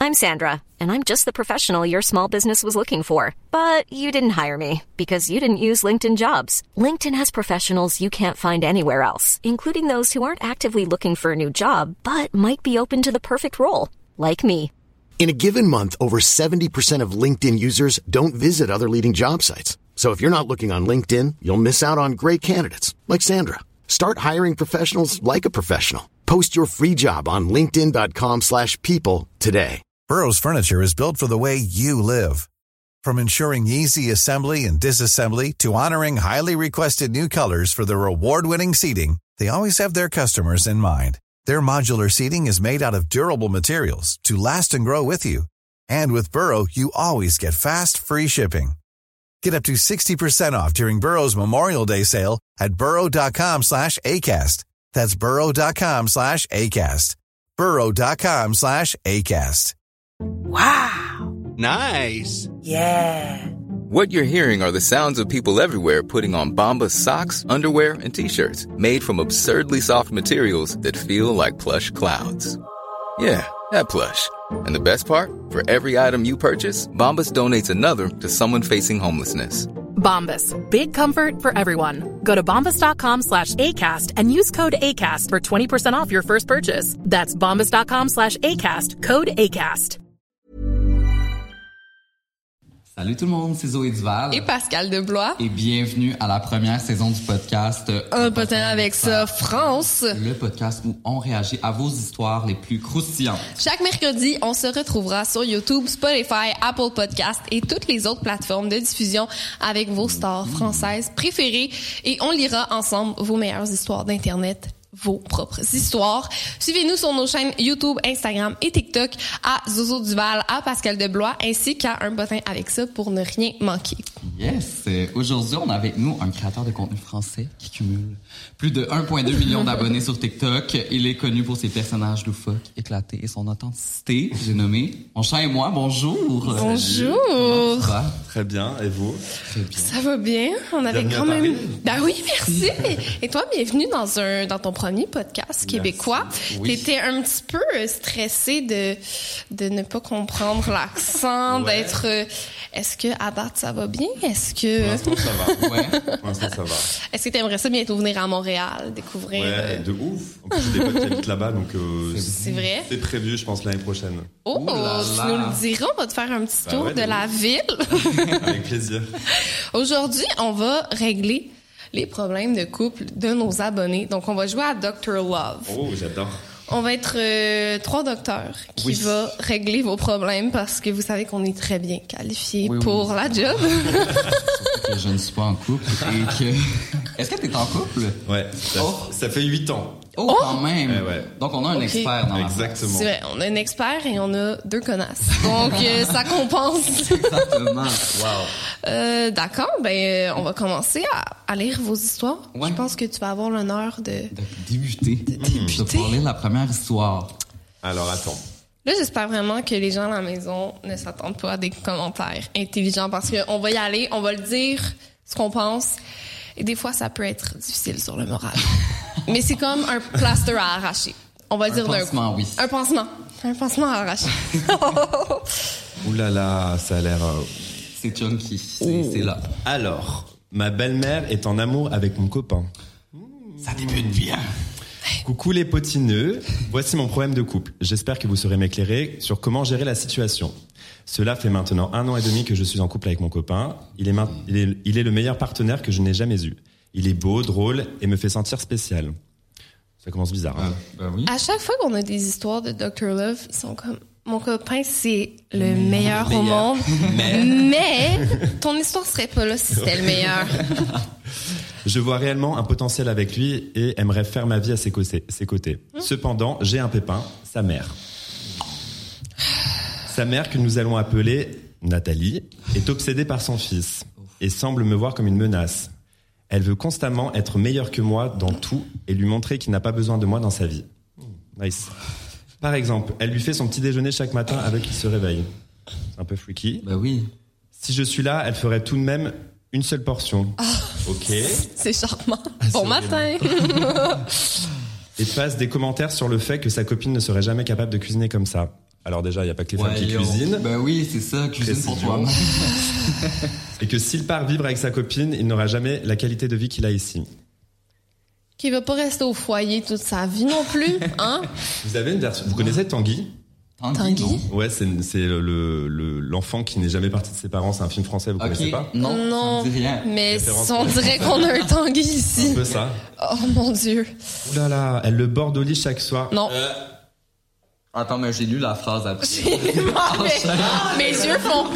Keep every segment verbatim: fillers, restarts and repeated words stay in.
I'm Sandra, and I'm just the professional your small business was looking for. But you didn't hire me because you didn't use LinkedIn Jobs. LinkedIn has professionals you can't find anywhere else, including those who aren't actively looking for a new job, but might be open to the perfect role, like me. In a given month, over seventy percent of LinkedIn users don't visit other leading job sites. So if you're not looking on LinkedIn, you'll miss out on great candidates, like Sandra. Start hiring professionals like a professional. Post your free job on linkedin.com slash people today. Burrow's furniture is built for the way you live. From ensuring easy assembly and disassembly to honoring highly requested new colors for their award-winning seating, they always have their customers in mind. Their modular seating is made out of durable materials to last and grow with you. And with Burrow, you always get fast, free shipping. Get up to sixty percent off during Burrow's Memorial Day sale at burrow.com slash ACAST. That's burrow.com slash ACAST. burrow.com slash ACAST. Wow. Nice. Yeah. What you're hearing are the sounds of people everywhere putting on Bombas socks, underwear, and T-shirts made from absurdly soft materials that feel like plush clouds. Yeah, that plush. And the best part? For every item you purchase, Bombas donates another to someone facing homelessness. Bombas. Big comfort for everyone. Go to bombas.com slash ACAST and use code ACAST for twenty percent off your first purchase. That's bombas.com slash ACAST. Code ACAST. Salut tout le monde, c'est Zoé Duval. Et Pascal Deblois. Et bienvenue à la première saison du podcast Un potin avec ça, France. Le podcast où on réagit à vos histoires les plus croustillantes. Chaque mercredi, on se retrouvera sur YouTube, Spotify, Apple Podcasts et toutes les autres plateformes de diffusion avec vos stars françaises préférées. Et on lira ensemble vos meilleures histoires d'Internet, vos propres histoires. Suivez-nous sur nos chaînes YouTube, Instagram et TikTok à Zozo Duval, à Pascal Deblois, ainsi qu'à Un Potin avec ça pour ne rien manquer. Yes! Aujourd'hui, on a avec nous un créateur de contenu français qui cumule plus de un virgule deux million d'abonnés sur TikTok. Il est connu pour ses personnages loufoques, éclatés et son authenticité. J'ai nommé mon chat et moi. Bonjour! Bonjour! Comment ça va? Très bien. Et vous? Très bien. Ça va bien. On avait Bienvenue quand à même... Paris. Ben oui, merci. Et toi, bienvenue dans un dans ton premier podcast québécois. Oui. T'étais un petit peu stressé de de ne pas comprendre l'accent, Ouais. d'être... Est-ce que à date ça va bien? Est-ce que... Pour l'instant, ça va. Ouais. Pour l'instant, ça va. Est-ce que t'aimerais ça bientôt venir à Montréal, découvrir... Ouais, euh, de ouf. En plus, j'ai des potes qui habitent là-bas, donc euh, C'est vrai? c'est prévu, je pense, l'année prochaine. Oh, Ouh là tu là. nous le diras, on va te faire un petit Bah tour ouais, de de la ouf. ville. Avec plaisir. Aujourd'hui, on va régler les problèmes de couple de nos abonnés. Donc, on va jouer à docteur Love. Oh, j'adore. On va être euh, trois docteurs qui Oui. va régler vos problèmes parce que vous savez qu'on est très bien qualifiés Oui, oui. pour la job. Surtout que je ne suis pas en couple et que... Est-ce que t'es en couple? Ouais, ça, Oh. ça fait huit ans. Oh, quand même! Ouais, ouais. Donc, on a un Ok. expert dans la Exactement. C'est vrai, on a un expert et on a deux connasses. Donc, euh, ça compense. Exactement. Wow. Euh, d'accord, ben euh, on va commencer à, à lire vos histoires. Ouais. Je pense que tu vas avoir l'honneur de... De débuter. De débuter. De parler de la première histoire. Alors, attends. Là, j'espère vraiment que les gens à la maison ne s'attendent pas à des commentaires intelligents parce qu'on va y aller, on va le dire, ce qu'on pense. Et des fois, ça peut être difficile sur le moral. Mais c'est comme un plaster à arracher. On va le Un dire d'un coup. pansement, oui. Un pansement. Un pansement à arracher. Ouh là là, ça a l'air... euh, C'est chunky. C'est c'est là. Alors, ma belle-mère est en amour avec mon copain. Ça débute bien. Coucou les potineux, voici mon problème de couple. J'espère que vous saurez m'éclairer sur comment gérer la situation. Cela fait maintenant un an et demi que je suis en couple avec mon copain. Il est, main- il est, il est le meilleur partenaire que je n'ai jamais eu. Il est beau, drôle et me fait sentir spécial. Ça commence bizarre. Hein. Ben oui. À chaque fois qu'on a des histoires de docteur Love, ils sont comme... Mon copain, c'est le meilleur, au monde. Mais ton histoire serait pas là si c'était le meilleur. Je vois réellement un potentiel avec lui et aimerais faire ma vie à ses côtés. Ses côtés. Cependant, j'ai un pépin, sa mère. Sa mère, que nous allons appeler Nathalie, est obsédée par son fils et semble me voir comme une menace. Elle veut constamment être meilleure que moi dans tout et lui montrer qu'il n'a pas besoin de moi dans sa vie. Nice. Par exemple, elle lui fait son petit déjeuner chaque matin avec qu'il se réveille. C'est un peu freaky. Ben oui. Si je suis là, elle ferait tout de même une seule portion. Oh, Ok. c'est charmant. Ah, Bon c'est matin. Et passe des commentaires sur le fait que sa copine ne serait jamais capable de cuisiner comme ça. Alors déjà, il n'y a pas que les Ouais, femmes qui yo. cuisinent. Ben oui, c'est ça, cuisine pour Précision. toi-même. Et que s'il part vivre avec sa copine, il n'aura jamais la qualité de vie qu'il a ici. Qui va pas rester au foyer toute sa vie non plus, hein? Vous avez une version. Vous connaissez Tanguy? Tanguy? non? Ouais, c'est, c'est le, le, l'enfant qui n'est jamais parti de ses parents. C'est un film français, vous connaissez Ok, pas? non, Non, ça me dit rien. mais Référence on pour les dirait qu'on a un Tanguy Un ici. peu ça. Oh mon Dieu. Ouh là là, elle le borde au lit chaque soir. Non. Euh, Attends, mais j'ai lu la phrase après. Mes yeux font...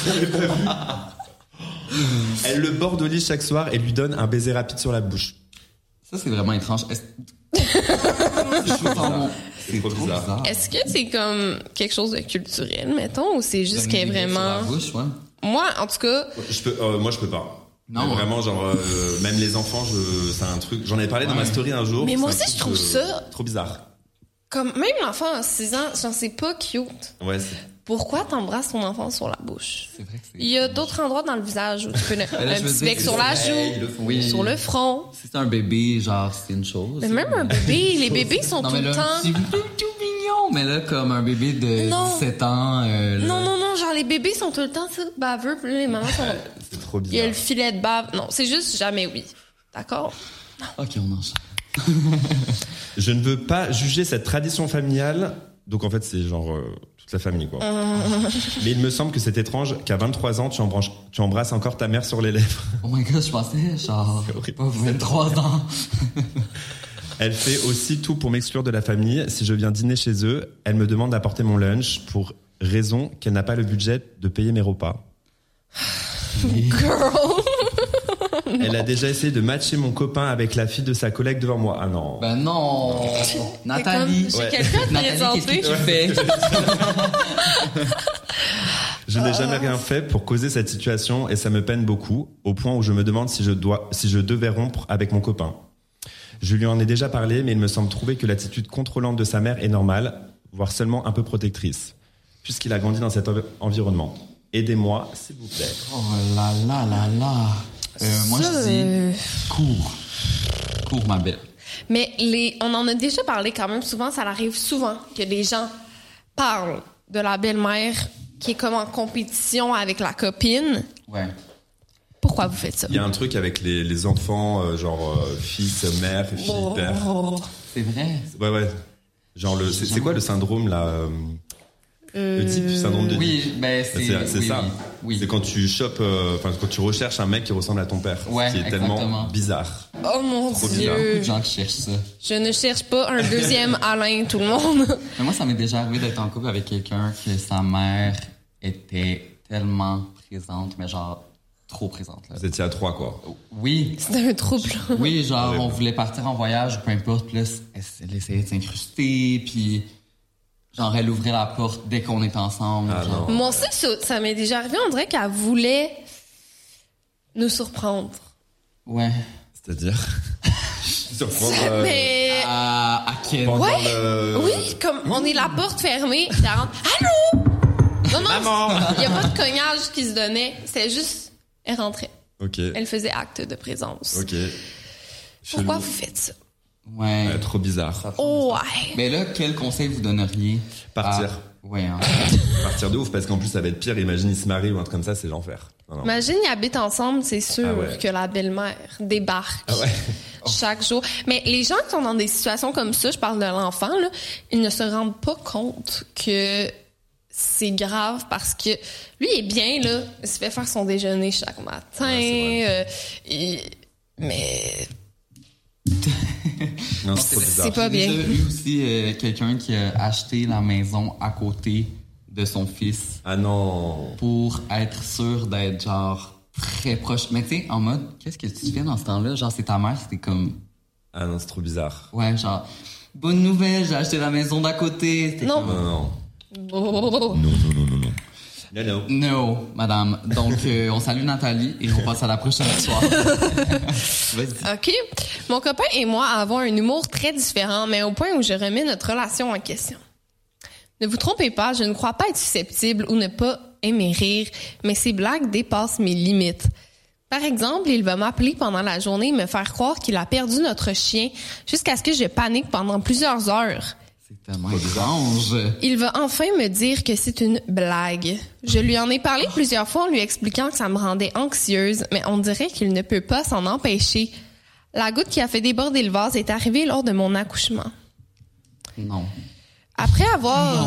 Elle le borde au lit chaque soir et lui donne un baiser rapide sur la bouche. Ça, c'est vraiment étrange. Est-ce- Je trouve ça bon. C'est trop bizarre. Est-ce que c'est comme quelque chose de culturel, mettons, ou c'est juste qu'elle est Donner des vraiment... sur la bouche, ouais. Moi, en tout cas, Je peux, euh, moi, je peux pas. Non, Mais ouais. vraiment, genre, euh, même les enfants, je, c'est un truc. J'en ai parlé dans Ouais. ma story un jour. Mais moi c'est un aussi, je truc, trouve euh, ça- trop bizarre. comme même l'enfant à six ans, j'en sais pas cute. Ouais, c'est. Pourquoi t'embrasses ton enfant sur la bouche? C'est vrai que c'est... Il y a d'autres endroits dans le visage où tu peux le, Mais là, un je veux petit dire, bec c'est sur la l'oreille, joue, le- oui. sur le front. Si c'est un bébé, genre, c'est une chose. Mais même un bébé, les bébés sont Non, tout mais le là, temps... c'est tout, tout mignon. Mais là, comme un bébé de Non. dix-sept ans... euh, là- Non, non, non, genre les bébés sont tout le temps tu sais, baveux, puis là, les mamans sont... C'est trop Il y a bizarre. le filet de bave. Non, c'est juste jamais oui. D'accord? Ok, on enchaîne. Je ne veux pas juger cette tradition familiale. Donc en fait, c'est genre euh, toute la famille, quoi. Mais il me semble que c'est étrange qu'à vingt-trois ans, tu, embranches- tu embrasses encore ta mère sur les lèvres. Oh my god, je pensais, genre, C'est horrible. pas vingt-trois ans. Elle fait aussi tout pour m'exclure de la famille. Si je viens dîner chez eux, elle me demande d'apporter mon lunch pour raison qu'elle n'a pas le budget de payer mes repas. Girl! Elle a déjà essayé de matcher mon copain avec la fille de sa collègue devant moi. Ah non. Ben non. Nathalie. J'ai Ouais. quelqu'un de Nathalie, qu'est-ce que tu fais? Je n'ai jamais rien fait pour causer cette situation et ça me peine beaucoup, au point où je me demande si je dois, si je devais rompre avec mon copain. Je lui en ai déjà parlé, mais il me semble trouver que l'attitude contrôlante de sa mère est normale, voire seulement un peu protectrice, puisqu'il a grandi dans cet env- environnement. Aidez-moi, s'il vous plaît. Oh là là là là. Euh, moi, Ça, je dis, euh, cours. Cours, ma belle. Mais les, on en a déjà parlé quand même souvent. Ça arrive souvent que les gens parlent de la belle-mère qui est comme en compétition avec la copine. Ouais. Pourquoi vous faites ça? Il y a un truc avec les, les enfants, euh, genre euh, fils, mère, fille, Oh. père. C'est vrai. Ouais, ouais. Genre, le, c'est, c'est quoi le syndrome, là euh, Oedipe, syndrome de Oui, ben c'est... C'est, c'est oui, ça. Oui. oui. C'est quand tu chopes, euh, enfin quand tu recherches un mec qui ressemble à ton père, Ouais, qui est exactement. tellement bizarre. Oh mon Trop Il y a beaucoup Dieu! de gens qui cherchent ça. Je ne cherche pas un deuxième Alain, tout le monde. Mais moi, ça m'est déjà arrivé d'être en couple avec quelqu'un que sa mère était tellement présente, mais genre trop présente. Là. Vous étiez à trois, quoi. Oui, C'est un trouble. oui, genre on voulait partir en voyage ou peu importe, puis là, elle, elle essayait de s'incruster, puis genre elle ouvrait la porte dès qu'on était ensemble. Ah genre. non. Moi aussi, ça, ça m'est déjà arrivé. On dirait qu'elle voulait nous surprendre. Ouais. C'est-à-dire surprendre euh, Mais... À, à quel pendant Ouais. le... Oui, comme on est la porte fermée, puis elle rentre. Allô? Non, non, il n'y a pas de cognage qui se donnait. C'était juste, elle rentrait. Ok. Elle faisait acte de présence. Ok. Pourquoi Chelou. vous faites ça? Ouais. Ouais, trop bizarre. Oh, ouais. Mais là, quel conseil vous donneriez? Partir. à- Ouais, hein. Partir de ouf, parce qu'en plus ça va être pire. Imagine, ils se marient ou un truc comme ça, c'est l'enfer. Non, non. Imagine, ils habitent ensemble, c'est sûr Ah ouais. que la belle-mère débarque Ah ouais. chaque jour. Mais les gens qui sont dans des situations comme ça, je parle de l'enfant, là, ils ne se rendent pas compte que c'est grave parce que lui il est bien, là. Il se fait faire son déjeuner chaque matin. Ouais, euh, il- Mais Non, c'est trop bizarre. c'est pas bien. J'ai déjà eu aussi euh, quelqu'un qui a acheté la maison à côté de son fils Ah non. pour être sûr d'être genre très proche. Mais tu sais, en mode, qu'est-ce que tu fais dans ce temps-là? Genre, c'est ta mère, c'était comme, Ah non, c'est trop bizarre. ouais, genre, bonne nouvelle, j'ai acheté la maison d'à côté. C'était Non. comme, Non, non. Oh. Non, non, non, non, non. Non, non. No, madame. Donc, euh, on salue Nathalie et on passe à la prochaine histoire. Vas-y. OK. Mon copain et moi avons un humour très différent, mais au point où je remets notre relation en question. Ne vous trompez pas, je ne crois pas être susceptible ou ne pas aimer rire, mais ces blagues dépassent mes limites. Par exemple, il va m'appeler pendant la journée et me faire croire qu'il a perdu notre chien jusqu'à ce que je panique pendant plusieurs heures. C'est tellement étrange. Il va enfin me dire que c'est une blague. Je lui en ai parlé plusieurs fois en lui expliquant que ça me rendait anxieuse, mais on dirait qu'il ne peut pas s'en empêcher. La goutte qui a fait déborder le vase est arrivée lors de mon accouchement. Non. Après avoir...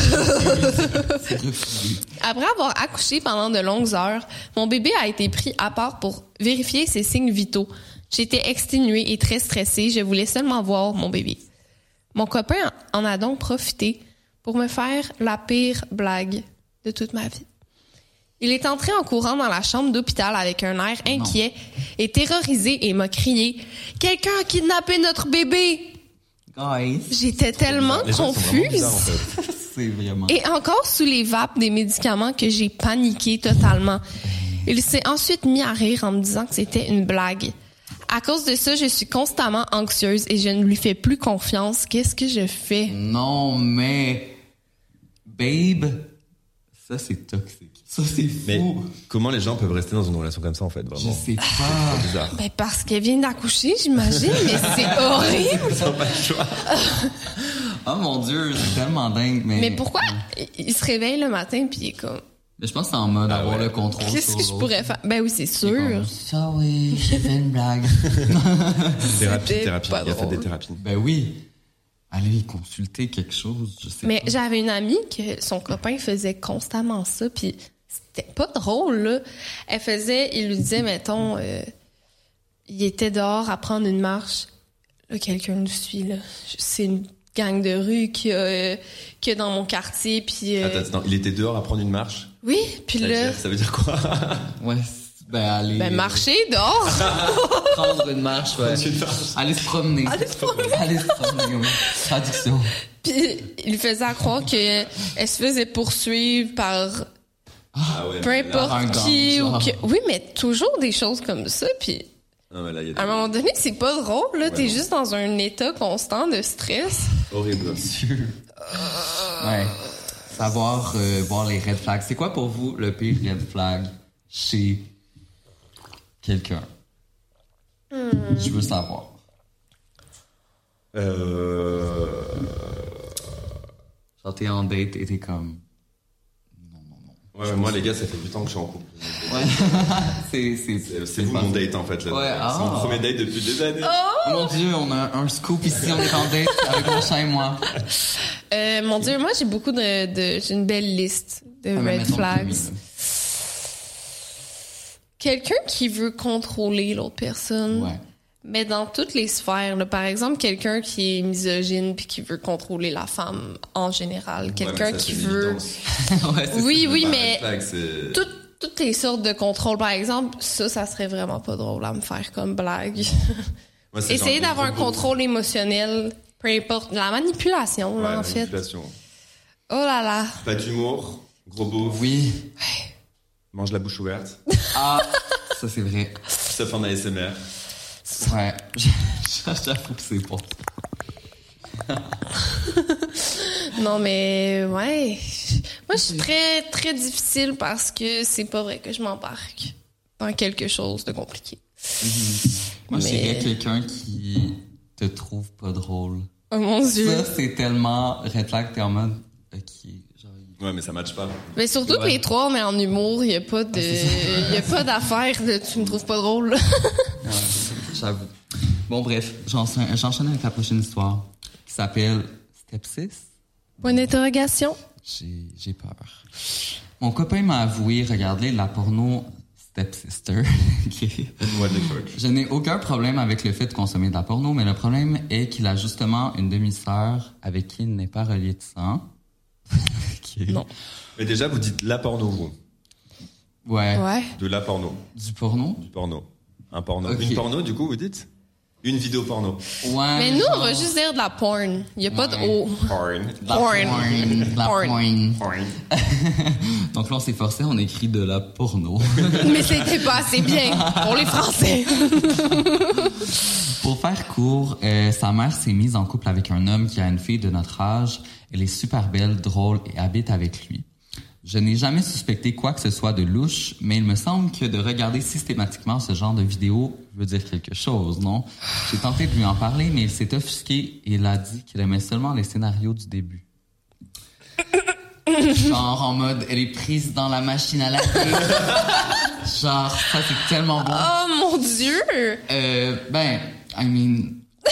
C'est refusé. Après avoir accouché pendant de longues heures, mon bébé a été pris à part pour vérifier ses signes vitaux. J'étais exténuée et très stressée. Je voulais seulement voir mon bébé. Mon copain en a donc profité pour me faire la pire blague de toute ma vie. Il est entré en courant dans la chambre d'hôpital avec un air inquiet non. et terrorisé et m'a crié « Quelqu'un a kidnappé notre bébé! » Guys. J'étais tellement confuse. Bizarres, en fait. C'est vraiment... Et encore sous les vapes des médicaments que j'ai paniqué totalement. Il s'est ensuite mis à rire en me disant que c'était une blague. À cause de ça, je suis constamment anxieuse et je ne lui fais plus confiance. Qu'est-ce que je fais? Non, mais... Babe, ça, c'est toxique. Ça, c'est fou. Mais comment les gens peuvent rester dans une relation comme ça, en fait, vraiment? Je sais pas. C'est bizarre. Ben parce qu'elle vient d'accoucher, j'imagine, mais c'est horrible. Ils n'ont pas le choix. Oh mon Dieu, c'est tellement dingue. Mais, mais pourquoi il se réveille le matin puis il est comme... Mais je pense que c'est en mode ah avoir ouais. le contrôle. Qu'est-ce sur que je pourrais faire? Ben oui, c'est sûr. Comme, ça oui, j'ai fait une blague. Thérapie, thérapie. Il a fait des thérapies. Ben oui. Allez consulter quelque chose, je sais Mais pas. j'avais une amie que son copain faisait constamment ça, puis c'était pas drôle, là. Elle faisait, il lui disait, mettons, euh, il était dehors à prendre une marche. Là, quelqu'un nous suit, là. C'est une gang de rue qui a, euh, qui a dans mon quartier, puis... Euh... Attends, attends, il était dehors à prendre une marche? Oui, puis là... Dire, ça veut dire quoi? Ouais, ben aller... Ben marcher dehors! Prendre une marche, ouais. Aller se promener. Aller se promener. Aller se promener, oui. Traduction. Puis il lui faisait croire qu'elle se faisait poursuivre par... Ah ouais, peu importe qui ou que... Oui, mais toujours des choses comme ça, puis... Non, mais là, y a des... À un moment donné, c'est pas drôle, là. Ouais, t'es non. juste dans un état constant de stress. Horrible. Ouais. Savoir euh, voir les red flags. C'est quoi pour vous le pire red flag chez quelqu'un? Hmm. Je veux savoir. Euh... Genre, t'es en date et t'es comme... Ouais, moi, les gars, ça fait du temps que je suis en couple. Ouais. c'est, c'est, c'est, c'est vous mon date, en fait, là. Ouais, ah. C'est mon premier date depuis des années. Oh! Mon Dieu, on a un scoop ici, on est en date avec mon chat et moi. Euh, mon Dieu, moi, j'ai beaucoup de, de j'ai une belle liste de ah, red flags. Quelqu'un qui veut contrôler l'autre personne. Ouais. Mais dans toutes les sphères, là, par exemple, quelqu'un qui est misogyne puis qui veut contrôler la femme en général, quelqu'un ouais, qui veut... ouais, oui, ça, oui, mais flag, c'est... Tout, toutes les sortes de contrôle, par exemple, ça, ça serait vraiment pas drôle à me faire comme blague. Ouais, essayer d'avoir un contrôle émotionnel, peu importe, la manipulation, là, ouais, en manipulation. fait. Oh là là. Pas d'humour, gros beau. Oui. Ouais. Mange la bouche ouverte. Ah, ça c'est vrai. Sauf en A S M R. Ouais, j'avoue que c'est bon. Non, mais ouais. Moi, je suis très, très difficile parce que c'est pas vrai que je m'embarque dans quelque chose de compliqué. Mm-hmm. Moi, mais... je dirais quelqu'un qui te trouve pas drôle. Oh mon Dieu. Ça, c'est tellement red flag, t'es en mode... Ok, genre... Ouais, mais ça matche pas. Mais surtout ouais. que les trois, on est en humour, il y a pas de... Il y a pas d'affaire de tu me trouves pas drôle. Ouais, j'avoue. Bon, bref, j'enchaîne, j'enchaîne avec la prochaine histoire qui s'appelle Step six. Point d'interrogation. J'ai, j'ai peur. Mon copain m'a avoué regarder la porno Step Sister. Okay. What the fuck? Je n'ai aucun problème avec le fait de consommer de la porno, mais le problème est qu'il a justement une demi-sœur avec qui il n'est pas relié de sang. Okay. Non. Mais déjà, vous dites la porno, vous. Ouais. Ouais. De la porno. Du porno? Du porno. Un porno. Okay. Une porno, du coup, vous dites? Une vidéo porno. Ouais. Mais nous, genre... on va juste dire de la porn. Il y a pas ouais. de O. Porn. La porn. porn. La porn. porn. Porn. Donc là, on s'est forcé, on écrit de la porno. Mais c'était pas assez bien pour les Français. Pour faire court, euh, sa mère s'est mise en couple avec un homme qui a une fille de notre âge. Elle est super belle, drôle et habite avec lui. Je n'ai jamais suspecté quoi que ce soit de louche, mais il me semble que de regarder systématiquement ce genre de vidéos veut dire quelque chose, non? J'ai tenté de lui en parler, mais il s'est offusqué et il a dit qu'il aimait seulement les scénarios du début. Genre en mode, elle est prise dans la machine à laver. Genre, ça c'est tellement bon. Oh mon Dieu! Euh, ben, I mean...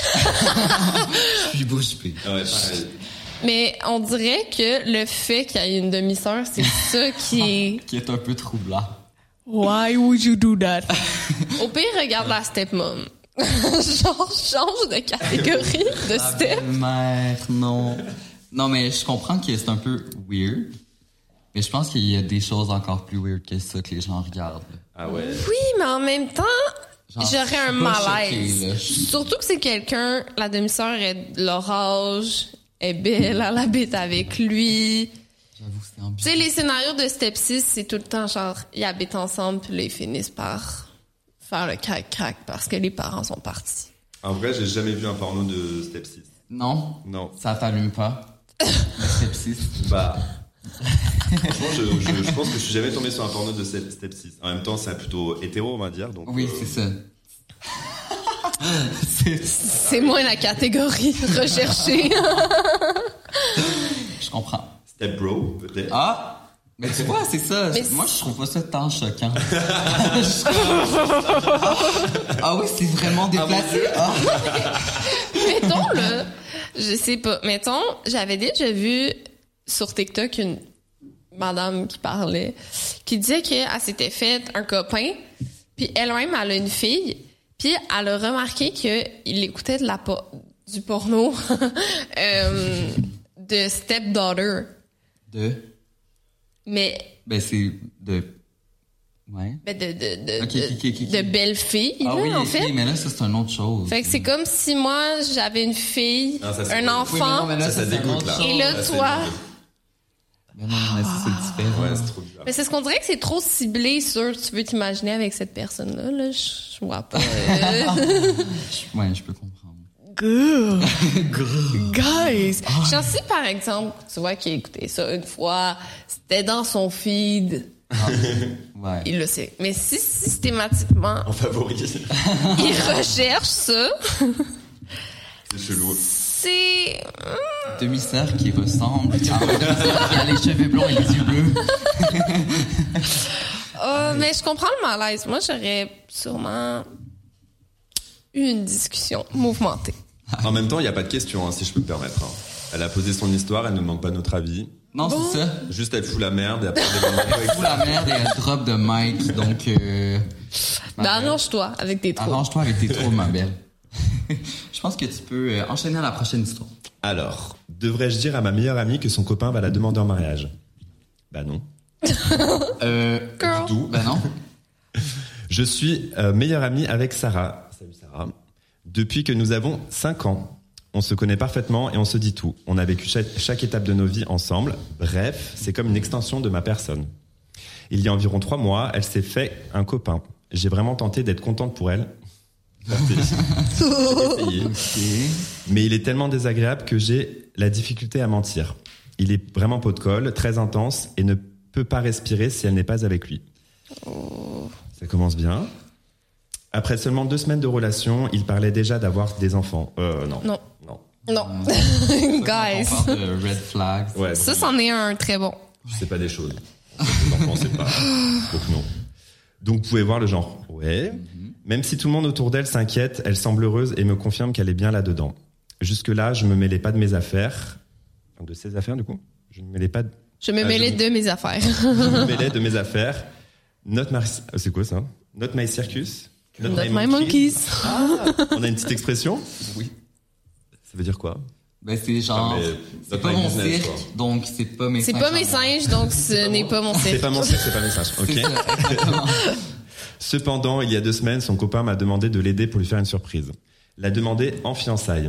Je suis bouche bée. Ouais, pareil. Mais on dirait que le fait qu'il y ait une demi-sœur, c'est ça qui est... qui est un peu troublant. Why would you do that? Au pire, regarde la stepmom. Genre, change de catégorie de La step. belle-mère, non. Non, mais je comprends que c'est un peu weird. Mais je pense qu'il y a des choses encore plus weird que ça que les gens regardent. Ah ouais. Oui, mais en même temps, Genre, j'aurais je un suis pas malaise. choquée, là. Je- Surtout que c'est quelqu'un, la demi-sœur est de leur âge, est belle, elle habite avec lui. J'avoue, c'est ambigu. Tu sais, les scénarios de Step six, c'est tout le temps genre, ils habitent ensemble, puis là, ils finissent par faire le crac-crac parce que les parents sont partis. En vrai, j'ai jamais vu un porno de Step six. Non? Non. Ça t'allume pas? Le sepsis? Bah. Franchement, je, je, je pense que je suis jamais tombé sur un porno de Step Step six. En même temps, c'est plutôt hétéro, on va dire. Donc, Oui, euh, c'est ça. c'est... C'est moins la catégorie recherchée. Je comprends. Step Bro, peut-être. Ah! Mais tu vois, c'est ça. Mais Moi, je trouve pas ça tant choquant. Ah oui, c'est vraiment déplacé. Ah. Mettons, là, je sais pas, mettons, j'avais déjà vu sur TikTok une madame qui parlait, qui disait qu'elle s'était faite un copain, puis elle-même, elle a une fille, puis elle a remarqué qu'il écoutait de la po- du porno euh, de stepdaughter. De? Mais, Ben, c'est de... Ouais. ben de, de, de, Ok, de, ok, ok, ok. de belle-fille, Ah là, oui, en ok, fait. mais là, ça, c'est une autre chose. Fait que c'est comme si moi, j'avais une fille, Ah, ça, c'est un cool. enfant, Oui, mais non, mais là, Ça, ça c'est une dégoûte, autre là. chose. et là, Ça, c'est toi... nul. Mais non, mais ça, c'est différent. Ouais, c'est trop bizarre. Mais c'est ce qu'on dirait que c'est trop ciblé sur tu veux t'imaginer avec cette personne-là. Là, je vois pas. euh. Je- Ouais, je peux comprendre. Good. Guys. J'en sais, par exemple, tu vois, qui a écouté ça une fois, c'était dans son feed, Ouais. il le sait. Mais si systématiquement, En favori. il recherche ça, C'est chelou. c'est... Demi-sœur qui ressemble à un demi-sœur qui a les cheveux blonds et les yeux bleus. Euh, mais je comprends le malaise. Moi, j'aurais sûrement eu une discussion mouvementée. En même temps, il n'y a pas de question, hein, si je peux me permettre. hein. Elle a posé son histoire, elle ne demande pas notre avis. Non, c'est ça. Juste, elle fout la merde et après, elle demande avec Fous la merde et elle drop de mic, donc... Euh, ma Ben, belle, arrange-toi avec tes trous. arrange-toi avec tes trous, ma belle. Je pense que tu peux euh, enchaîner à la prochaine histoire. Alors, devrais-je dire à ma meilleure amie que son copain va la demander en mariage? Bah non. Euh, Girl. D'où? ben non. Je suis euh, meilleure amie avec Sarah. Salut Sarah. Depuis que nous avons cinq ans. On se connaît parfaitement et on se dit tout. On a vécu chaque, chaque étape de nos vies ensemble. Bref, c'est comme une extension de ma personne. Il y a environ trois mois, elle s'est fait un copain. J'ai vraiment tenté d'être contente pour elle. J'ai essayé. Ok. Mais il est tellement désagréable que j'ai la difficulté à mentir. Il est vraiment pot de colle, très intense et ne peut pas respirer si elle n'est pas avec lui. Ça commence bien. Après seulement deux semaines de relation, il parlait déjà d'avoir des enfants. Euh, non. Non. Non. Non. On Guys. parle de red flags. Ouais, Ça, c'en est un très bon. je sais pas des choses. Vous n'en pensez pas. Donc non. Donc vous pouvez voir le genre. Ouais. Même si tout le monde autour d'elle s'inquiète, elle semble heureuse et me confirme qu'elle est bien là-dedans. Jusque-là, je me mêlais pas de mes affaires. Enfin, de ses affaires, du coup. Je ne me mêlais pas de... Je me Ah, mêlais je- de mes affaires. Je me mêlais de mes affaires. Not my... C'est quoi ça? Not my circus? Not my monkeys. Ah, on a une petite expression? Oui. Ça veut dire quoi? Ben c'est genre, Ah, mais c'est not pas my mon business, cirque, quoi. donc c'est pas mes C'est singes pas à mes moi. singes, donc ce n'est pas mon C'est cirque. pas mon cirque, c'est pas mes singes. Ok. C'est ça, exactement. Cependant, il y a deux semaines, son copain m'a demandé de l'aider pour lui faire une surprise. L'a demandé en fiançailles.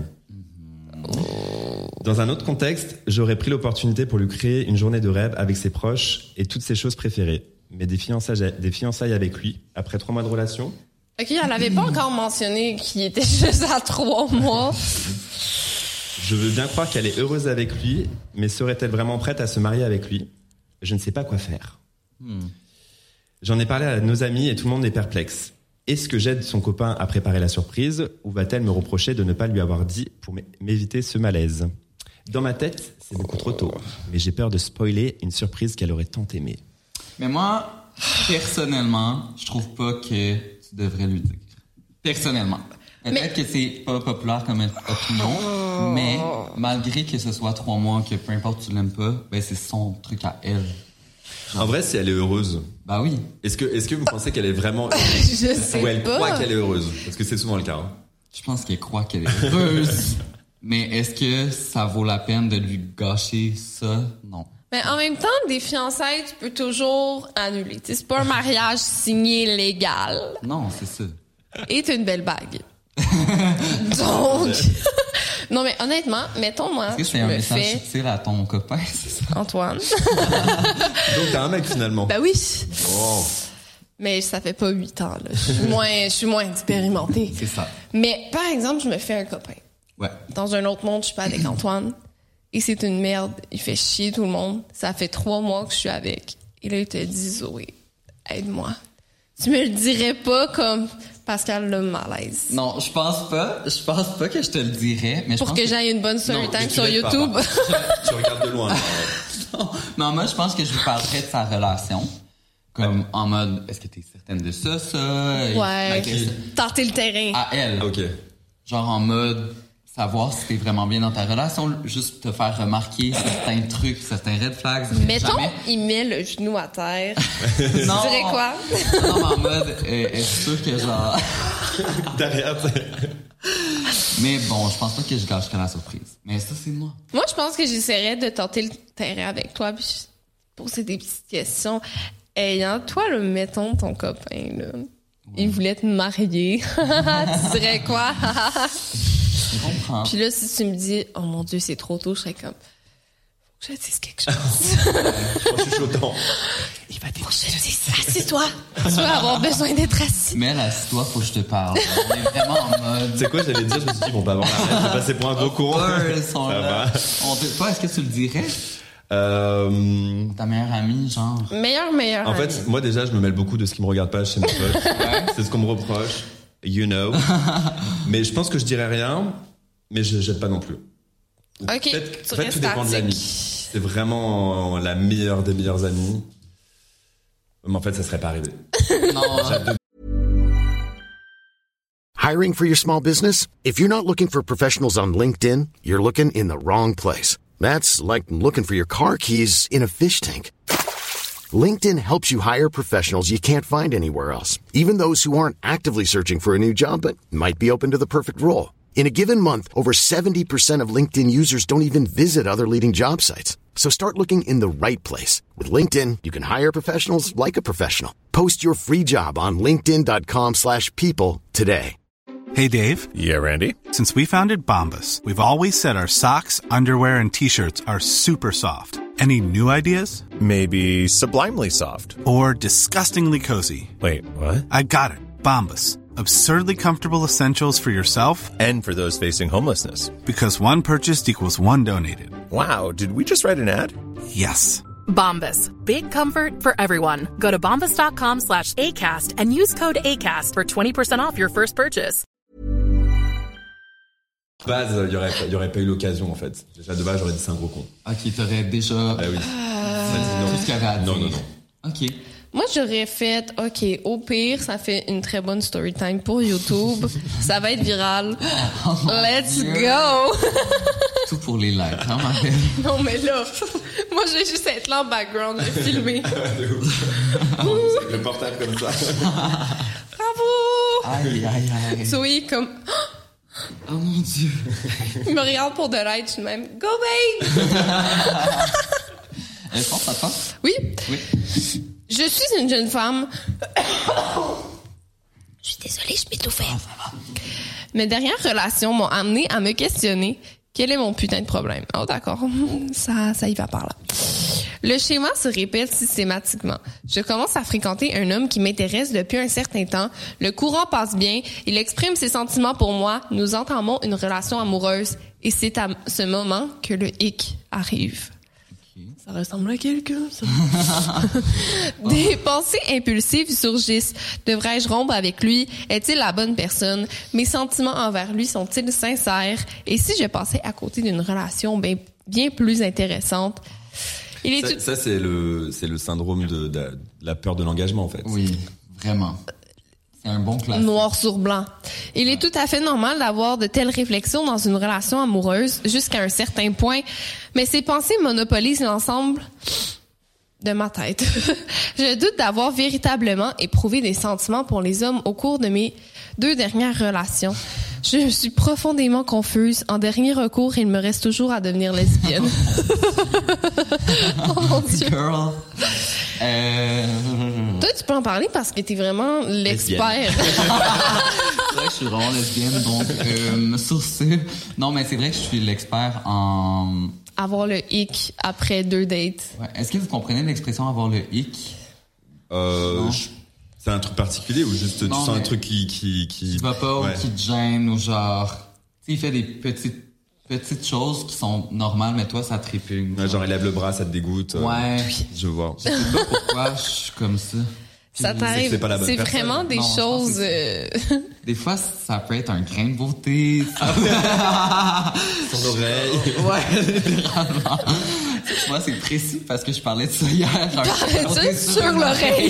Dans un autre contexte, j'aurais pris l'opportunité pour lui créer une journée de rêve avec ses proches et toutes ses choses préférées. Mais des fiançailles, des fiançailles avec lui, après trois mois de relation, Ok, elle avait pas encore mentionné qu'il était juste à trois mois. je veux bien croire qu'elle est heureuse avec lui, mais serait-elle vraiment prête à se marier avec lui? je ne sais pas quoi faire. Hmm. J'en ai parlé à nos amis et tout le monde est perplexe. Est-ce que j'aide son copain à préparer la surprise ou va-t-elle me reprocher de ne pas lui avoir dit pour m'éviter ce malaise ? Dans ma tête, c'est beaucoup trop tôt, mais j'ai peur de spoiler une surprise qu'elle aurait tant aimée. Mais moi, personnellement, je trouve pas que tu devrais lui dire. Personnellement. Peut-être mais... que c'est pas populaire comme opinion, oh. mais malgré que ce soit trois mois, que peu importe tu l'aimes pas, ben c'est son truc à elle. Genre. En vrai, si elle est heureuse. Bah oui. Est-ce que, est-ce que vous pensez qu'elle est vraiment heureuse? Je sais Ou elle pas. croit qu'elle est heureuse? Parce que c'est souvent le cas. Hein. Je pense qu'elle croit qu'elle est heureuse. Mais est-ce que ça vaut la peine de lui gâcher ça? Non. Mais en même temps, des fiançailles, tu peux toujours annuler. T'sais, c'est pas un mariage signé légal. Non, c'est ça. Et t'as une belle bague. Donc... Non, mais honnêtement, mettons, moi, est-ce que c'est je un me message fais... subtil à ton copain, c'est ça? Antoine. Donc t'as un mec, finalement. Ben oui. Oh. Mais ça fait pas huit ans, là. Je suis moins, je suis moins expérimentée. C'est ça. Mais, par exemple, je me fais un copain. Ouais. Dans un autre monde, je suis pas avec Antoine. Et c'est une merde. Il fait chier tout le monde. Ça fait trois mois que je suis avec. Et là, il te dit, Zoé, aide-moi. Tu me le dirais pas comme Pascal le malaise. Non, je pense pas. Je pense pas que je te le dirais. Mais je Pour pense que, que j'aille une bonne story Non, time mais tu sur l'aides YouTube. pas, tu regardes de loin. Non, non, moi, je pense que je lui parlerais de sa relation. Comme ouais. En mode, est-ce que t'es certaine de ça, ça? Ouais. Tenter le terrain. À elle. OK. Genre en mode, savoir si t'es vraiment bien dans ta relation, juste te faire remarquer certains trucs, certains red flags. Mettons, jamais... il met le genou à terre. Non. Tu dirais quoi? Non, mais en mode, est-ce sûr que genre... Derrière, Mais bon, je pense pas que je gâcherais la surprise. Mais ça, c'est moi. Moi, je pense que j'essaierais de tenter le terrain avec toi puis poser des petites questions. Ayant, toi, là, mettons ton copain, là, ouais. Il voulait te marier. Tu dirais quoi? Je comprends. Puis là, si tu me dis, oh mon Dieu, c'est trop tôt, je serais comme, faut que je te dise quelque chose. Je suis chuchotant. Il va dire, je te dise, assis-toi. Tu vas avoir besoin d'être assis. Mais là, assis-toi, faut que je te parle. On est vraiment en mode. Tu sais quoi, j'allais dire, je me suis dit, bon, bah, bon, je vais passer pour un gros con. Sont ça là. Va. On te... Toi, est-ce que tu le dirais? Euh... Ta meilleure amie, genre. Meilleure, meilleure En amie. fait, moi déjà, je me mêle beaucoup de ce qui me regarde pas chez mes potes. Ouais. C'est ce qu'on me reproche. You know. Mais je pense que je dirais rien, mais je jette pas non plus. Ok. En fait, tu en fait tout dépend de l'ami. C'est vraiment la meilleure des meilleures amies. Mais en fait, ça serait pas arrivé. Non. Hiring for your small business? If you're not looking for professionals on LinkedIn, you're looking in the wrong place. That's like looking for your car keys in a fish tank. LinkedIn helps you hire professionals you can't find anywhere else, even those who aren't actively searching for a new job but might be open to the perfect role. In a given month, over seventy percent of LinkedIn users don't even visit other leading job sites. So start looking in the right place. With LinkedIn, you can hire professionals like a professional. Post your free job on linkedin dot com slash people today. Hey, Dave. Yeah, Randy. Since we founded Bombas, we've always said our socks, underwear, and T-shirts are super soft. Any new ideas? Maybe sublimely soft. Or disgustingly cozy. Wait, what? I got it. Bombas. Absurdly comfortable essentials for yourself and for those facing homelessness. Because one purchased equals one donated. Wow, did we just write an ad? Yes. Bombas. Big comfort for everyone. Go to bombas.com slash ACAST and use code ACAST for twenty percent off your first purchase. De base, il n'y aurait, y aurait pas eu l'occasion, en fait. Déjà, de base, j'aurais dit c'est un gros con. Ok, t'aurais déjà... Ah oui. Euh... Tout ce qu'il y avait à dire. Non, non, non. Ok. Moi, j'aurais fait, OK, au pire, ça fait une très bonne story time pour YouTube. Ça va être viral. Oh Let's Dieu. go! Tout pour les likes, hein, ma belle? Non, mais là, moi, je vais juste être là en background, je vais filmer. Le portable comme ça. Bravo! Aïe, aïe, aïe. Zoé, comme... Oh mon Dieu. Il me regarde pour de l'aide, je suis même, go babe! Elle pense à toi? Oui. Oui. Je suis une jeune femme. Je suis désolée, je m'étouffais. Oh, ça va. Mes dernières relations m'ont amené à me questionner quel est mon putain de problème. Oh d'accord, ça, ça y va par là. Le schéma se répète systématiquement. Je commence à fréquenter un homme qui m'intéresse depuis un certain temps. Le courant passe bien. Il exprime ses sentiments pour moi. Nous entamons une relation amoureuse. Et c'est à ce moment que le hic arrive. Okay. Ça ressemble à quelqu'un, ça. Des pensées impulsives surgissent. Devrais-je rompre avec lui? Est-il la bonne personne? Mes sentiments envers lui sont-ils sincères? Et si je passais à côté d'une relation bien, bien plus intéressante? Il est ça, tout... ça c'est le c'est le syndrome de, de, de la peur de l'engagement, en fait. Oui, vraiment. C'est un bon classique. Noir sur blanc. Il est tout à fait normal d'avoir de telles réflexions dans une relation amoureuse jusqu'à un certain point, mais ces pensées monopolisent l'ensemble de ma tête. Je doute d'avoir véritablement éprouvé des sentiments pour les hommes au cours de mes deux dernières relations. Je suis profondément confuse. En dernier recours, il me reste toujours à devenir lesbienne. Oh mon Dieu. Girl. Euh... Toi, tu peux en parler parce que t'es vraiment l'expert. C'est vrai que je suis vraiment lesbienne, donc euh, sur ce... Non, mais c'est vrai que je suis l'expert en... Avoir le hic après deux dates. Ouais. Est-ce que vous comprenez l'expression avoir le hic? Euh... Je... C'est un truc particulier ou juste non, tu sens un truc qui qui qui qui va pas ouais. ou qui te gêne ou genre tu sais il fait des petites petites choses qui sont normales mais toi ça te répugne. Ouais, genre il lève le bras, ça te dégoûte. Ouais. Euh, je vois. Je sais pas pourquoi je suis comme ça. Ça t'arrive. C'est, c'est, c'est vraiment des non, choses. Euh... Des fois, ça peut être un grain de beauté. Son oreille. Ouais, littéralement. Moi, c'est précis parce que je parlais de ça hier. Parlais de ça sur l'oreille.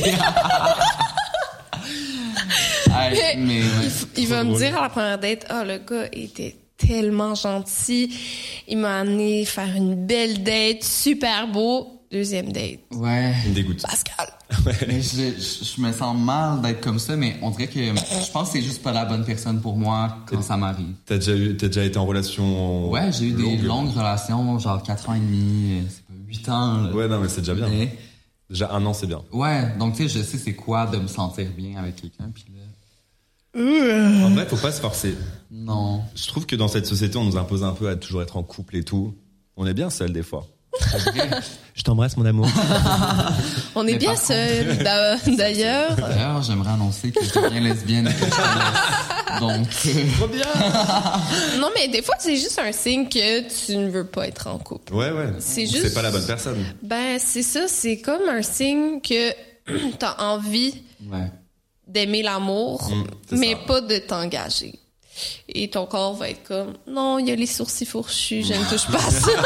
Hey, mais, ouais, il il va me dire à la première date, ah, oh, le gars était tellement gentil. Il m'a amené faire une belle date, super beau. Deuxième date. Ouais. Il me dégoûte. Pascal. Ouais. Mais je, je, je me sens mal d'être comme ça, mais on dirait que je pense que c'est juste pas la bonne personne pour moi quand ça m'arrive. T'as déjà eu, t'as déjà été en relation? Ouais, j'ai eu longue. des longues relations, genre quatre ans et demi, c'est pas huit ans. Là. Ouais, non, mais c'est déjà bien. Mais... Déjà un an, c'est bien. Ouais, donc tu sais, je sais c'est quoi de me sentir bien avec quelqu'un, puis là. En vrai, faut pas se forcer. Non. Je trouve que dans cette société, on nous impose un peu à toujours être en couple et tout. On est bien seul des fois. Je t'embrasse, mon amour. On est mais bien seuls, d'ailleurs. D'ailleurs, j'aimerais annoncer que je deviens lesbienne. Donc, trop bien. Non, mais des fois, c'est juste un signe que tu ne veux pas être en couple. Ouais, ouais. C'est juste. C'est pas la bonne personne. Ben, c'est ça. C'est comme un signe que t'as envie ouais. d'aimer l'amour, mmh, mais ça. Pas de t'engager. Et ton corps va être comme, non, il y a les sourcils fourchus, je ne touche pas à ça.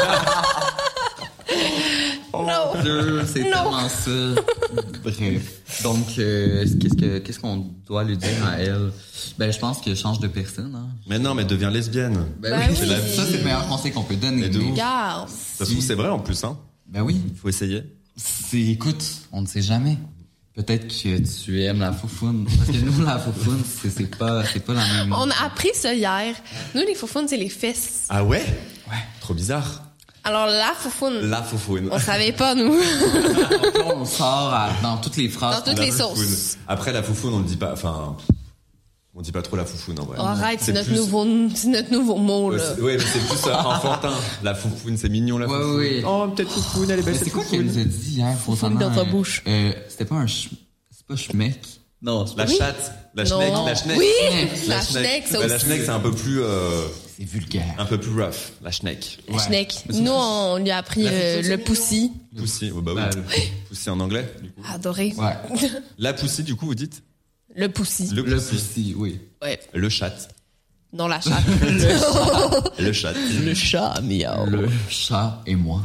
Oh non. Mon Dieu, c'est non. Tellement ça. Bref. Donc, euh, qu'est-ce que qu'est-ce qu'on doit lui dire à elle? Ben, je pense qu'elle change de personne. Hein. Mais non, mais devient lesbienne. Ben, ben oui, c'est la... ça, c'est le meilleur conseil qu'on peut donner. Regarde. Ça se trouve, c'est vrai en plus, hein? Ben oui. Il faut essayer. C'est, écoute, on ne sait jamais. Peut-être que tu aimes la foufoune. Parce que nous, la foufoune, c'est, c'est pas, c'est pas la même. On a appris ça hier. Nous, les foufounes, c'est les fesses. Ah ouais? Ouais. Trop bizarre. Alors, la foufoune. La foufoune. On savait pas, nous. On sort à, dans toutes les phrases. Dans toutes la les foufoune. sauces. Après, la foufoune, on ne dit pas, enfin, on dit pas trop la foufoune, en vrai. Oh, arrête, c'est, c'est notre plus... nouveau, c'est notre nouveau mot, là. Oui, mais c'est plus euh, enfantin. La foufoune, c'est mignon, la ouais, foufoune. Oui. Oh, peut-être foufoune, elle est belle. Mais c'est quoi qu'elle nous a dit hier? Foufoune dans ta bouche. Euh, c'était pas un ch... c'est pas schmeck. Non, la oui. chatte. La non. schneck, la schneck. Oui, la, la schneck, ça aussi. La schneck, c'est un peu plus, euh, c'est vulgaire. Un peu plus rough, la schneck. La ouais. schneck. Nous, on lui a appris euh, le poussi. Poussi, oh bah oui. Bah, poussi en anglais, du coup. Adoré. Ouais. La poussi, du coup, vous dites? Le poussi. Le poussi, le poussi oui. Ouais. Le chat. Non, la chatte. le, le chat. Le chat, miaou. Le chat et moi.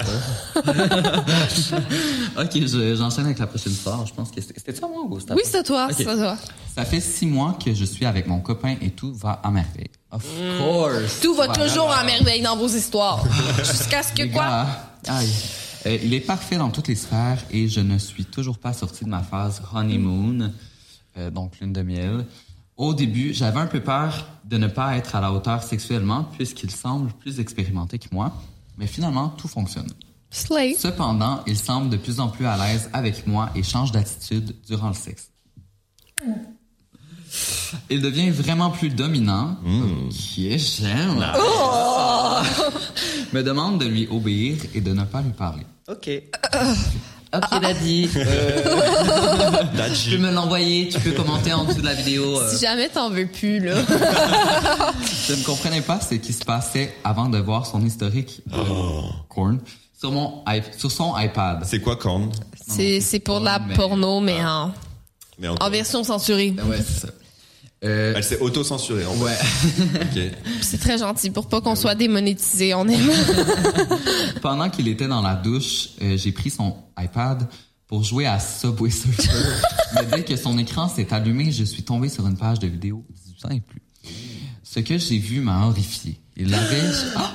Ok, je, j'enchaîne avec la prochaine histoire. Je pense que c'était, c'était toi, moi, ou c'était Oui, c'est toi, okay. c'est toi. Ça fait six mois que je suis avec mon copain et tout va à merveille. Of mmh. course. Tout va voilà. toujours à merveille dans vos histoires. Jusqu'à ce que les quoi? Gars, aïe. Euh, il est parfait dans toutes les sphères et je ne suis toujours pas sortie de ma phase honeymoon, euh, donc lune de miel. Au début, j'avais un peu peur de ne pas être à la hauteur sexuellement puisqu'il semble plus expérimenté que moi, mais finalement, tout fonctionne. Slay. Cependant, il semble de plus en plus à l'aise avec moi et change d'attitude durant le sexe. Mm. Il devient vraiment plus dominant. Mm. Ok, j'aime. Oh! Me demande de lui obéir et de ne pas lui parler. Ok. Euh, Ok, Daddy. Euh... Daddy. Tu peux me l'envoyer, tu peux commenter en dessous de la vidéo. Euh... Si jamais t'en veux plus, là. Je ne comprenais pas ce qui se passait avant de voir son historique. Oh. Corn. Sur mon iP- sur son iPad. C'est quoi Korn? C'est, c'est pour de la mais- porno, mais en, Mais en encore. version censurée. Ouais, c'est ça. Euh, Elle s'est auto-censurée, en fait. ouais. Ok. C'est très gentil pour pas qu'on soit démonétisé, on aime. Pendant qu'il était dans la douche, euh, j'ai pris son iPad pour jouer à Subway Surfer. Mais dès que son écran s'est allumé, je suis tombé sur une page de vidéo dix-huit ans et plus. Ce que j'ai vu m'a horrifié. Il avait... Ah!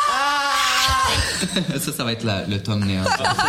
Ça, ça va être la, le thumbnail.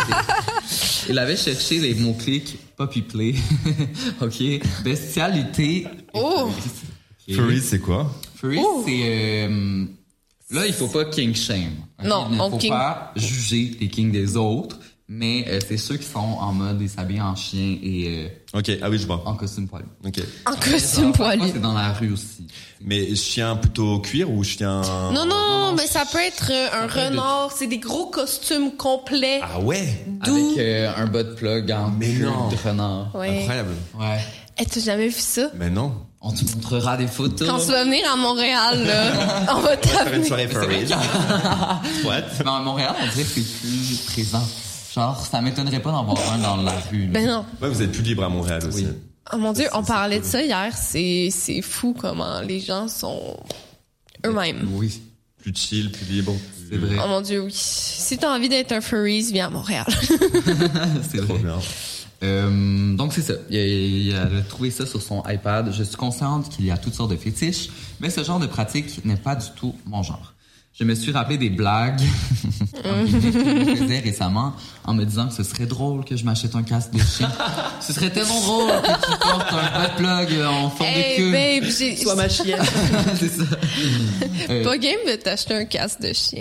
Il avait cherché les mots-clics Puppy Play, OK, bestialité. Oh! Okay. Furry, c'est quoi? Furry, Oh. c'est... euh, là, il faut pas king shame. Okay? Non, il ne on faut king- pas juger les kings des autres, mais euh, c'est ceux qui sont en mode ils s'habillent en chien et euh, Ok, ah oui, je vois. en costume poilu. Ok. En costume Parfois, poilu. c'est dans la rue aussi. Mais chien plutôt cuir ou chien... Non, non, mais ça peut être euh, un peut être de renard. C'est des gros costumes complets. Ah ouais? Doux. Avec euh, un bas de plug en Mais queue non. de renard. Ouais. Incroyable. Ouais. Hey, t'as jamais vu ça? Mais non. On te montrera des photos. Quand tu vas venir à Montréal, là, on va Faire une t'amener. soirée furry. What? Mais à Montréal, on dirait que c'est plus présent. Genre, ça m'étonnerait pas d'en voir un dans la rue. là. Ben non. Ouais, vous êtes plus libre à Montréal aussi. Oui. Oh mon Dieu, C'est- on c'est parlait de cool. ça hier. C'est, c'est fou comment les gens sont eux-mêmes. Oui, Plus chill, plus libre. c'est vrai. Oh mon Dieu, oui. Si t'as envie d'être un furry, viens à Montréal. c'est Trop vrai. bien. Euh, donc c'est ça. Il a, il a trouvé ça sur son iPad. Je suis consciente qu'il y a toutes sortes de fétiches, mais ce genre de pratique n'est pas du tout mon genre. Je me suis rappelé des blagues qu'il me faisait récemment en me disant que ce serait drôle que je m'achète un casque de chien. Ce serait tellement drôle que tu portes un butt plug en forme Hey, de queue. babe, j'ai... Sois ma chienne. C'est ça. Euh, Pas game de t'acheter un casque de chien.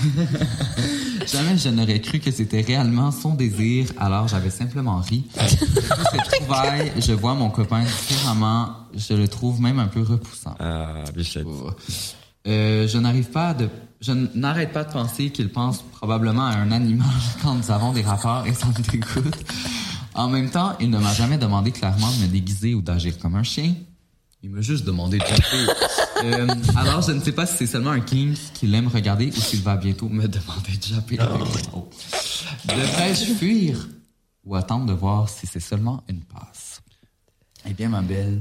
Jamais je n'aurais cru que c'était réellement son désir, alors j'avais simplement ri. Depuis cette trouvaille, je vois mon copain différemment, je le trouve même un peu repoussant. Ah, Bichette. Euh, je n'arrive pas à de, je n'arrête pas de penser qu'il pense probablement à un animal quand nous avons des rapports et ça me dégoûte. En même temps, il ne m'a jamais demandé clairement de me déguiser ou d'agir comme un chien. Il m'a juste demandé de japper. euh, alors, je ne sais pas si c'est seulement un king qu'il aime regarder ou s'il va bientôt me demander de japper. Oh. Devrais-je fuir ou attendre de voir si c'est seulement une passe? Eh bien, ma belle,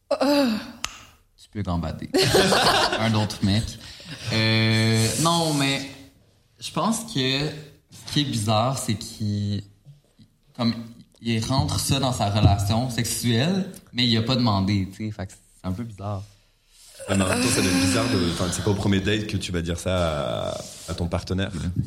tu peux gambader. Un autre mec. Euh, non, mais je pense que ce qui est bizarre, c'est qu'il comme il rentre ça dans sa relation sexuelle, mais il a pas demandé, tu sais. Fait que c'est un peu bizarre. Ah, mais en même temps, ça doit être bizarre de. Enfin, c'est pas au premier date que tu vas dire ça à, à ton partenaire.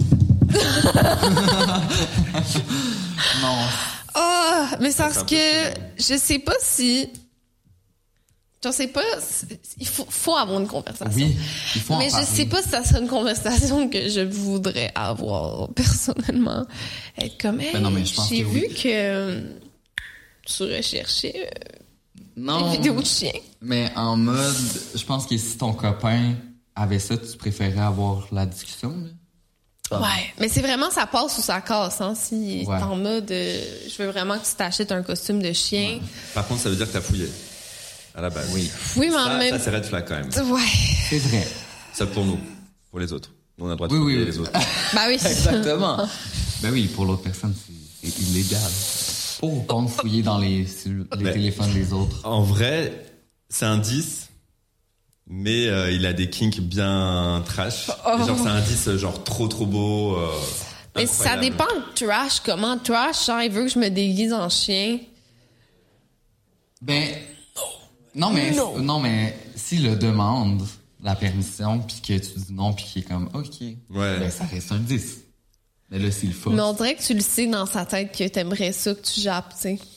Non. Ah, mais c'est parce un peu que je sais pas si... Je sais pas... c'est- Il faut, faut avoir une conversation. Oui, il faut en Mais je parler. sais pas si ça serait une conversation que je voudrais avoir, personnellement. Être comme, hey, Ben non, mais je pense j'ai que vu oui. que euh, tu recherchais euh, Non. des vidéos de chiens. Mais en mode, je pense que si ton copain avait ça, tu préférais avoir la discussion, là. Ouais, mais c'est vraiment ça passe ou ça casse, hein. Si Ouais. t'es en mode, euh, je veux vraiment que tu t'achètes un costume de chien. Par contre, ça veut dire que t'as fouillé. À la base. Oui. Oui, mais en Ça, même ça c'est red flag quand même. Ouais. C'est vrai. Ça pour nous. Pour les autres. Nous, on a le droit de Oui, oui, fouiller oui. les autres. Bah oui. Exactement. Ben oui, pour l'autre personne, c'est c'est illégal. Faut pas fouiller dans les, sur les Mais- téléphones des autres. En vrai, c'est un dix, mais euh, il a des kinks bien trash. Oh. Et genre, c'est un dix euh, genre trop trop beau. Euh, Mais ça incroyable. dépend de trash, comment trash, genre il veut que je me déguise en chien. Ben, non, mais, Non. non, mais s'il le demande, la permission, puis que tu dis non, puis qu'il est comme, OK, Ouais. ben ça reste un dix. Mais là, s'il faut. Mais on dirait que tu le sais dans sa tête que t'aimerais ça que tu jappes, tu sais.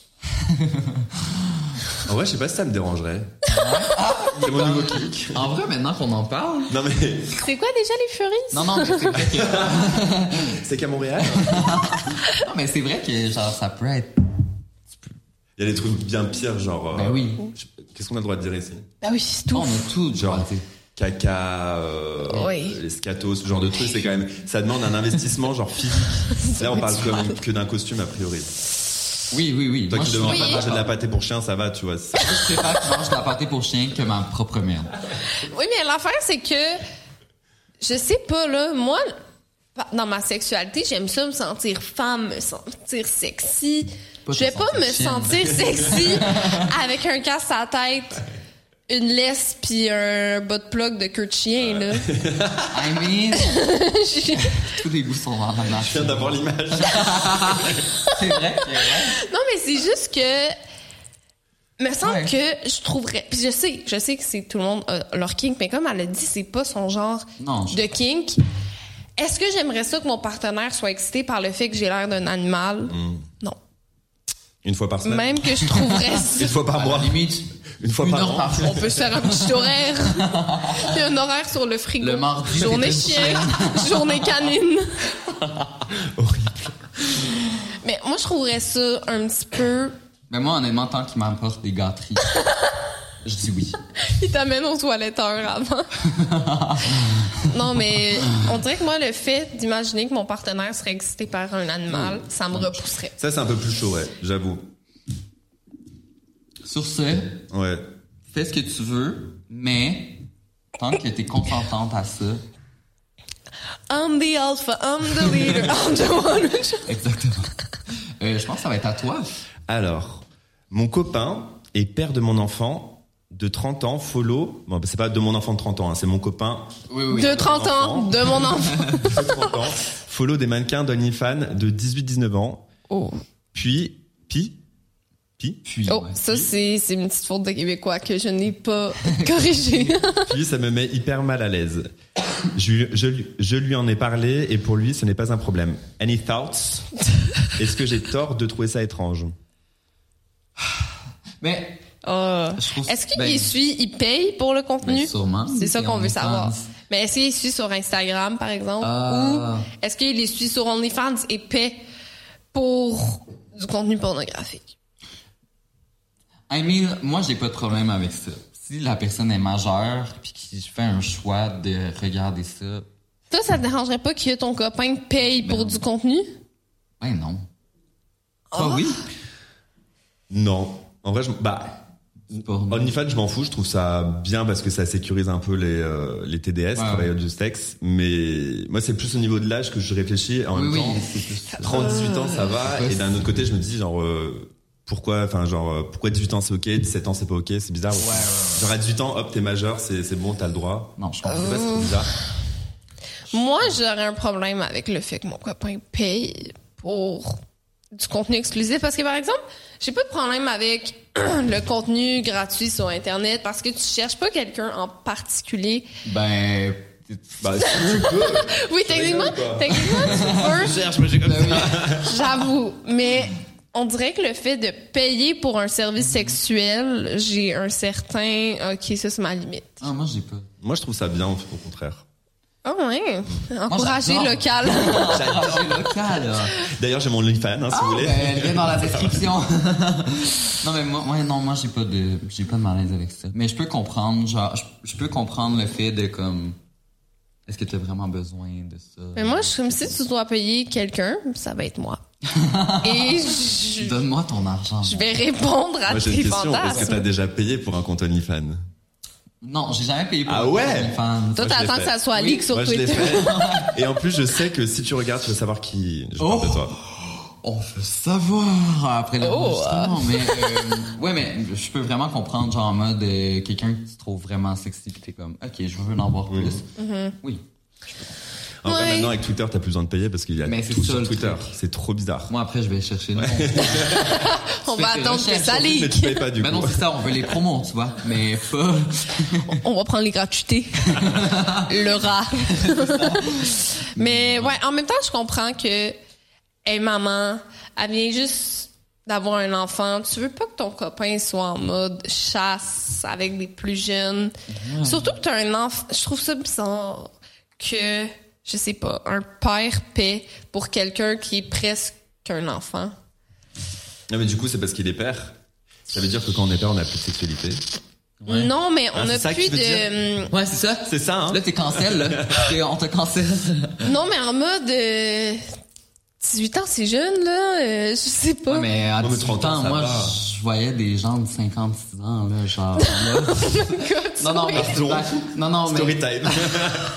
En vrai, je sais pas si ça me dérangerait. C'est mon nouveau kink. En vrai, maintenant qu'on en parle. Non mais, C'est quoi déjà les furies? Non, non, mais c'est vrai que. c'est qu'à Montréal. Non, mais c'est vrai que, genre, ça peut être. Il y a des trucs bien pires, genre. euh, Ben oui. je- Qu'est-ce qu'on a le droit de dire ici? Ah oui, c'est tout. On a tout, Genre, genre. t'sais. caca, euh, Oui. les scatos, ce genre de trucs, c'est quand même, ça demande un investissement genre physique. Là, on parle quand même que d'un costume a priori. Oui, oui, oui. Toi Moi, qui je demandes suis pas de manger de la pâté pour chien, ça va, tu vois. c'est- Je préfère que je mange de la pâté pour chien que ma propre merde. Oui, mais l'affaire, c'est que je sais pas, là, moi, Dans ma sexualité, j'aime ça me sentir femme, me sentir sexy. Pas je vais te pas sentir me chienne. sentir sexy avec un casse à la tête, une laisse puis un bas de plug de queue de chien, là. I mean, tous les goûts sont dans la nature. Je viens d'avoir l'image. C'est vrai, c'est vrai. Non, mais c'est juste que me semble Ouais. que je trouverais, puis je sais, je sais que c'est tout le monde euh, leur kink, mais comme elle a dit, c'est pas son genre Non, je- de kink. Est-ce que j'aimerais ça que mon partenaire soit excité par le fait que j'ai l'air d'un animal? Non. Une fois par semaine. Même que je trouverais ça. Une fois par À mois. la limite, Une fois une par heure an. par On peut se faire un petit horaire. Il y a un horaire sur le frigo. Le mardi, Journée c'est une chien, journée canine. Horrible. Mais moi, je trouverais ça un petit peu... Mais moi, honnêtement, tant qu'il m'apporte des gâteries, je dis oui. Il t'amène aux toiletteurs avant. Non, mais on dirait que moi, le fait d'imaginer que mon partenaire serait excité par un animal, ça me repousserait. Ça, c'est un peu plus chaud, ouais, j'avoue. Sur ce, Ouais. fais ce que tu veux, mais tant que t'es consentante à ça, I'm the alpha, I'm the leader, I'm the one. exactement. Euh, je pense que ça va être à toi. Alors, mon copain est père de mon enfant de trente ans, follow. Bon, c'est pas de mon enfant de trente ans, hein, c'est mon copain Oui, oui. De trente ans, de mon enfant. de trente ans. Follow des mannequins d'OnlyFans de dix-huit dix-neuf ans. Oh. Puis, Pi, Pi, Puis, Oh, ouais. ça, c'est, c'est une petite faute de Québécois que je n'ai pas corrigée. Puis ça me met hyper mal à l'aise. Je, lui- je, lui- je lui en ai parlé et pour lui, ce n'est pas un problème. Any thoughts? Est-ce que j'ai tort de trouver ça étrange? Mais, Ah. je trouve... Est-ce qu'il ben, suit, il paye pour le contenu? Ben, sûrement. C'est ça Et qu'on veut OnlyFans. savoir. Mais est-ce qu'il suit sur Instagram, par exemple? Ah. Ou est-ce qu'il les suit sur OnlyFans et paie pour du contenu pornographique? I mean, moi, j'ai pas de problème avec ça. Si la personne est majeure puis qu'il fait un choix de regarder ça, Toi, ça te dérangerait pas que ton copain paye pour Ben, du contenu? ben non. Toi, oui? Non. En vrai, je, bah, Porno. OnlyFans, je m'en fous. Je trouve ça bien parce que ça sécurise un peu les, euh, les T D S, Ouais, travailleurs ouais. du sexe. Mais moi, c'est plus au niveau de l'âge que je réfléchis. En Oui, même oui, temps, c'est plus... trente à dix-huit ans, ça va. Ouais, Et d'un autre côté, je me dis, genre, euh, pourquoi, enfin, genre, euh, pourquoi dix-huit ans c'est ok, dix-sept ans c'est pas ok, c'est bizarre. Ouais, ouais, ouais. Genre, à dix-huit ans, hop, t'es majeur, c'est, c'est bon, t'as le droit. Non, je Je comprends. sais pas, c'est trop bizarre. Moi, j'aurais un problème avec le fait que mon copain paye pour du contenu exclusif. Parce que, par exemple, j'ai pas de problème avec le contenu gratuit sur Internet parce que tu cherches pas quelqu'un en particulier. Ben... Bah, si tu peux. Oui, techniquement, rigoles, quoi. techniquement, tu peux. Cherche, mais j'ai comme ça. J'avoue. Mais on dirait que le fait de payer pour un service sexuel, j'ai un certain... OK, ça, c'est ma limite. Ah, moi, j'ai pas. Moi, je trouve ça bien, au contraire. Ah ouais. Encourager j'adore. local. J'ai local, là. D'ailleurs, j'ai mon OnlyFans, hein, si vous voulez. Ben, elle vient dans la description. Non, mais moi, ouais, non, moi, j'ai pas de, j'ai pas de malaise avec ça. Mais je peux comprendre, genre, je, je peux comprendre le fait de, comme, est-ce que t'as vraiment besoin de ça? Mais moi, je suis comme si tu dois payer quelqu'un, ça va être moi. Et je, Donne-moi ton argent. je vais répondre à Moi, j'ai tes une question. Est-ce que fantasmes. t'as déjà payé pour un compte OnlyFans? Non, j'ai jamais payé pour Ah le ouais? OnlyFans. Toi, Moi, je l'ai t'attends que fait. ça soit Oui, leak sur Moi, je l'ai Twitter. fait. Et en plus, je sais que si tu regardes, tu vas savoir qui je parle Oh. de toi. On veut savoir après l'enregistrement. Oh. Mais, euh, ouais, mais je peux vraiment comprendre, genre, en mode, euh, quelqu'un qui se trouve vraiment sexy pis t'es comme, ok, je veux en voir plus. Mm-hmm. Oui. En vrai, Ouais. maintenant, avec Twitter, t'as plus besoin de payer parce qu'il y a Mais c'est tout ça, sur le Twitter. truc. C'est trop bizarre. Moi, après, je vais chercher le nom. On va Fais tes attendre que recherches, ça surtout, Mais leak. tu payes pas du Ben coup. non, c'est ça, on veut les promos, tu vois. Mais pas. On va prendre les gratuités. Le rat. Mais ouais, en même temps, je comprends que, hey maman, elle vient juste d'avoir un enfant. Tu veux pas que ton copain soit en mode chasse avec des plus jeunes. Surtout que t'as un enfant. Je trouve ça bizarre que, je sais pas, un père paie pour quelqu'un qui est presque un enfant. Non, mais du coup, c'est parce qu'il est père. Ça veut dire que quand on est père, on n'a plus de sexualité. Non, mais on Ah, a c'est ça que plus tu veux de... Ouais, c'est ça. C'est ça, hein? Là, t'es cancel, là. T'es- on te cancelle. Non, mais en mode... euh, dix-huit ans, c'est jeune, là. euh, je sais pas. Ouais, mais à Ouais, mais dix-huit trente ans, ans, ça moi, va. je voyais des gens de cinquante-six ans, là, genre. là. Non, non, mais. Pardon. Non, non, mais. Story time.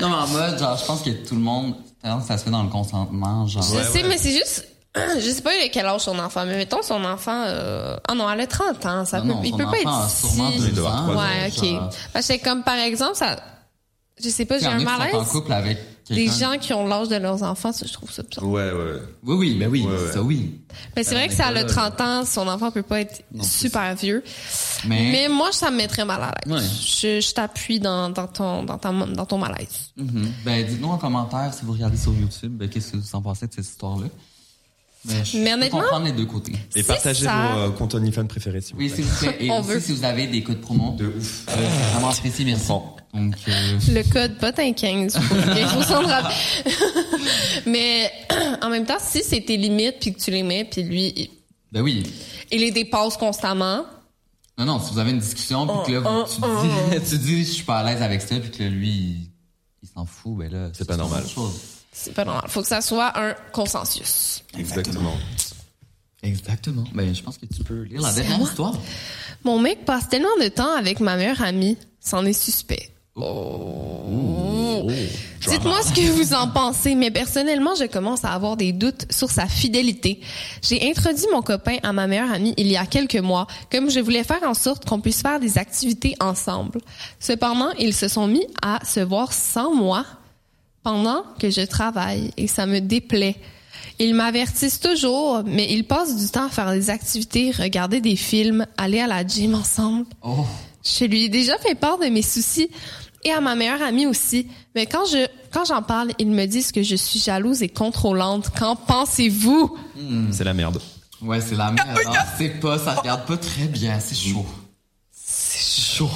Non, mais en mode, genre, je pense que tout le monde, ça se fait dans le consentement, genre. Je sais, mais c'est juste... Je sais pas quel âge son enfant, mais mettons son enfant... Euh... Ah non, elle a trente ans, ça non, peut... non, il peut pas être si... sûrement deux ans. Ouais, OK. Genre... Parce que comme, par exemple, ça... Je sais pas, j'ai un malaise. En couple avec des gens qui ont l'âge de leurs enfants, ça, je trouve ça bizarre. Ouais, ouais. Oui, oui, ben oui, ouais, ouais. ça oui. Mais c'est ben, vrai que ça a trente ans, son enfant peut pas être non, super vieux. Mais... mais moi, ça me mettrait mal à l'aise. Ouais. Je, je t'appuie dans, dans, ton, dans, ta, dans ton malaise. Mm-hmm. Ben, dites-nous en commentaire si vous regardez sur YouTube, ben, qu'est-ce que vous en pensez de cette histoire-là. Mais je mais peux honnêtement, comprendre les deux côtés. Et partagez ça... vos euh, comptes OnlyFans préférés, s'il vous plaît. Oui, s'il vous plaît. Et On aussi, veut. si vous avez des codes promo. De ouf. Euh, c'est vraiment apprécié, merci. Donc, euh... le code potin quinze pour qu'il faut s'en rappeler. Mais en même temps, si c'est tes limites puis que tu les mets puis lui, il... ben oui. il les dépasse constamment. Non, non, si vous avez une discussion puis que là, oh, tu, oh, dis, oh. tu dis, je suis pas à l'aise avec ça puis que là, lui, il, il s'en fout, ben là, c'est, c'est pas normal. C'est pas normal. Faut que ça soit un consensus. Exactement. Exactement. Ben, je pense que tu peux lire la c'est dernière moi? histoire. Mon mec passe tellement de temps avec ma meilleure amie, c'en est suspect. Oh. Ooh, ooh, Dites-moi ce que vous en pensez, mais personnellement, je commence à avoir des doutes sur sa fidélité. J'ai introduit mon copain à ma meilleure amie il y a quelques mois, comme je voulais faire en sorte qu'on puisse faire des activités ensemble. Cependant, ils se sont mis à se voir sans moi pendant que je travaille et ça me déplaît. Ils m'avertissent toujours, mais ils passent du temps à faire des activités, regarder des films, aller à la gym ensemble. Oh. Je lui ai déjà fait part de mes soucis et à ma meilleure amie aussi. Mais quand je quand j'en parle, ils me disent que je suis jalouse et contrôlante. Qu'en pensez-vous? Mm. C'est la merde. Ouais, c'est la merde. Oh, c'est pas, ça regarde pas très bien. C'est chaud. C'est chaud.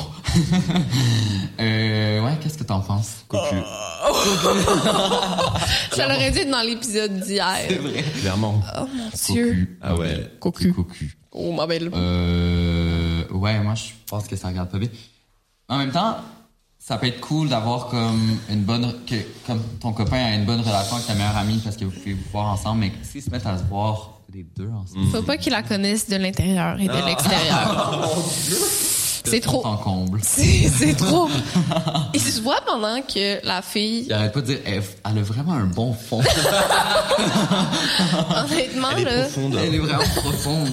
euh, ouais, qu'est-ce que t'en penses? Cocu. Ça l'aurait dû être dans l'épisode d'hier. C'est vrai. Clairement. Oh mon Dieu. Cocu. Ah ouais. Cocu. Cocu. Oh ma belle. Euh, ouais, moi, je pense que ça regarde pas bien. En même temps, ça peut être cool d'avoir comme une bonne, que, comme ton copain a une bonne relation avec ta meilleure amie parce que vous pouvez vous voir ensemble, mais s'ils se mettent à se voir les deux ensemble. Faut pas qu'ils la connaissent de l'intérieur et de ah. l'extérieur. Oh, c'est trop. C'est, c'est trop. Ils se voient pendant que la fille... Il arrête pas de dire, elle, elle a vraiment un bon fond. Honnêtement, elle est là... profonde. Elle est vraiment profonde.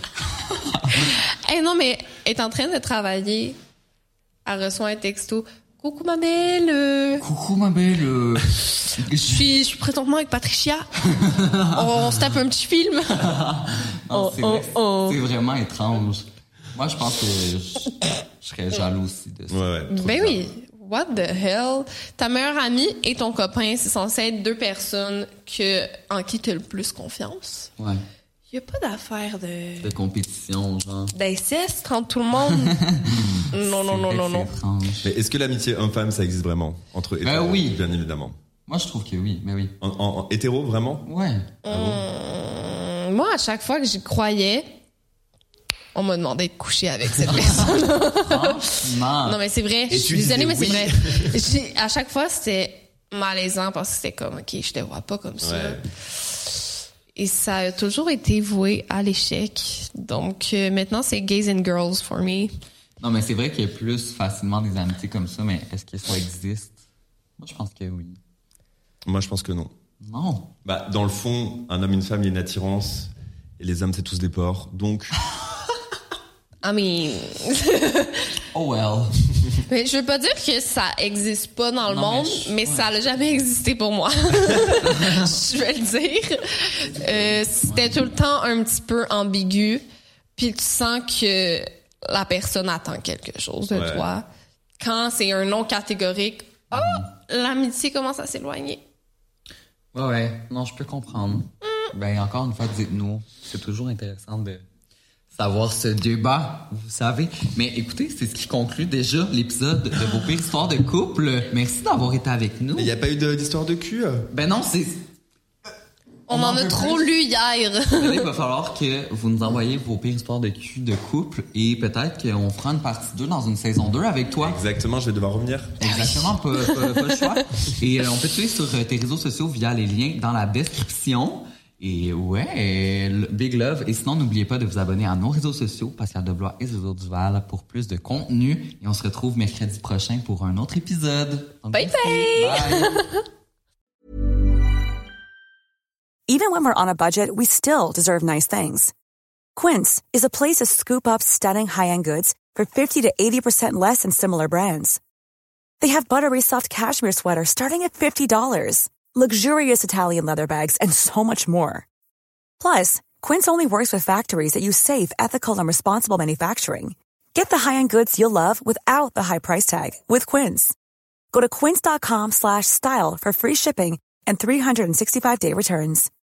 Hey, non, mais elle est en train de travailler. Elle reçoit un texto. Coucou ma belle. Coucou ma belle. Je suis, je suis présentement avec Patricia. On se tape un petit film. Non, c'est, oh, oh, oh. c'est vraiment étrange. Moi, je pense que je, je serais jaloux aussi de ça. Ouais, ouais, ben oui. What the hell? Ta meilleure amie et ton copain, c'est censé être deux personnes que, en qui tu as le plus confiance. Ouais. Il n'y a pas d'affaire de... De compétition, genre. D'inceste entre tout le monde. non, non, non, non, non. Mais est-ce que l'amitié homme-femme, ça existe vraiment? Entre ben hétéros, oui. Bien évidemment. Moi, je trouve que oui, mais oui. En, en, en hétéro, vraiment? Ouais. Ah bon? Hum, moi, à chaque fois que j'y croyais, on m'a demandé de coucher avec cette personne. Franchement. Non, mais c'est vrai. Je suis désolée, mais oui. c'est vrai. J'ai, à chaque fois, c'était malaisant parce que c'était comme, OK, je te vois pas comme ça. Ouais. Et ça a toujours été voué à l'échec. Donc, euh, maintenant, c'est gays and girls for me. Non, mais c'est vrai qu'il y a plus facilement des amitiés comme ça, mais est-ce que ça existe? Moi, je pense que oui. Moi, je pense que non. Non. Bah, dans le fond, un homme et une femme, il y a une attirance. Et les hommes, c'est tous des porcs. Donc... I mean... oh well. Mais je veux pas dire que ça existe pas dans le non, monde, mais, je, mais ouais. ça n'a jamais existé pour moi. Je vais le dire. Euh, c'était tout le temps un petit peu ambigu, puis tu sens que la personne attend quelque chose de ouais. toi. Quand c'est un non catégorique, oh, mm. l'amitié commence à s'éloigner. Ouais, ouais. Non, je peux comprendre. Mm. Ben, encore une fois, dites-nous. C'est toujours intéressant de savoir ce débat, vous savez. Mais écoutez, c'est ce qui conclut déjà l'épisode de vos pires histoires de couple. Merci d'avoir été avec nous. Mais il n'y a pas eu de, d'histoire de cul? Ben non, c'est... On, On en, en a trop plus. lu hier. Il va falloir que vous nous envoyiez vos pires histoires de cul de couple et peut-être qu'on fera une partie deux dans une saison deux avec toi. Exactement, je vais devoir revenir. Exactement, pas, pas, pas le choix. Et euh, on peut te suivre sur tes réseaux sociaux via les liens dans la description. Et ouais, le- big love. Et sinon, n'oubliez pas de vous abonner à nos réseaux sociaux, Pascal Deblois et Zozo Duval, pour plus de contenu. Et on se retrouve mercredi prochain pour un autre épisode. Donc, Bye merci. bye! Bye! Even when we're on a budget, we still deserve nice things. Quince is a place to scoop up stunning high-end goods for fifty to eighty percent less than similar brands. They have buttery soft cashmere sweaters starting at fifty dollars, luxurious Italian leather bags, and so much more. Plus, Quince only works with factories that use safe, ethical, and responsible manufacturing. Get the high-end goods you'll love without the high price tag with Quince. Go to quince.com slash style for free shipping and three sixty-five day returns.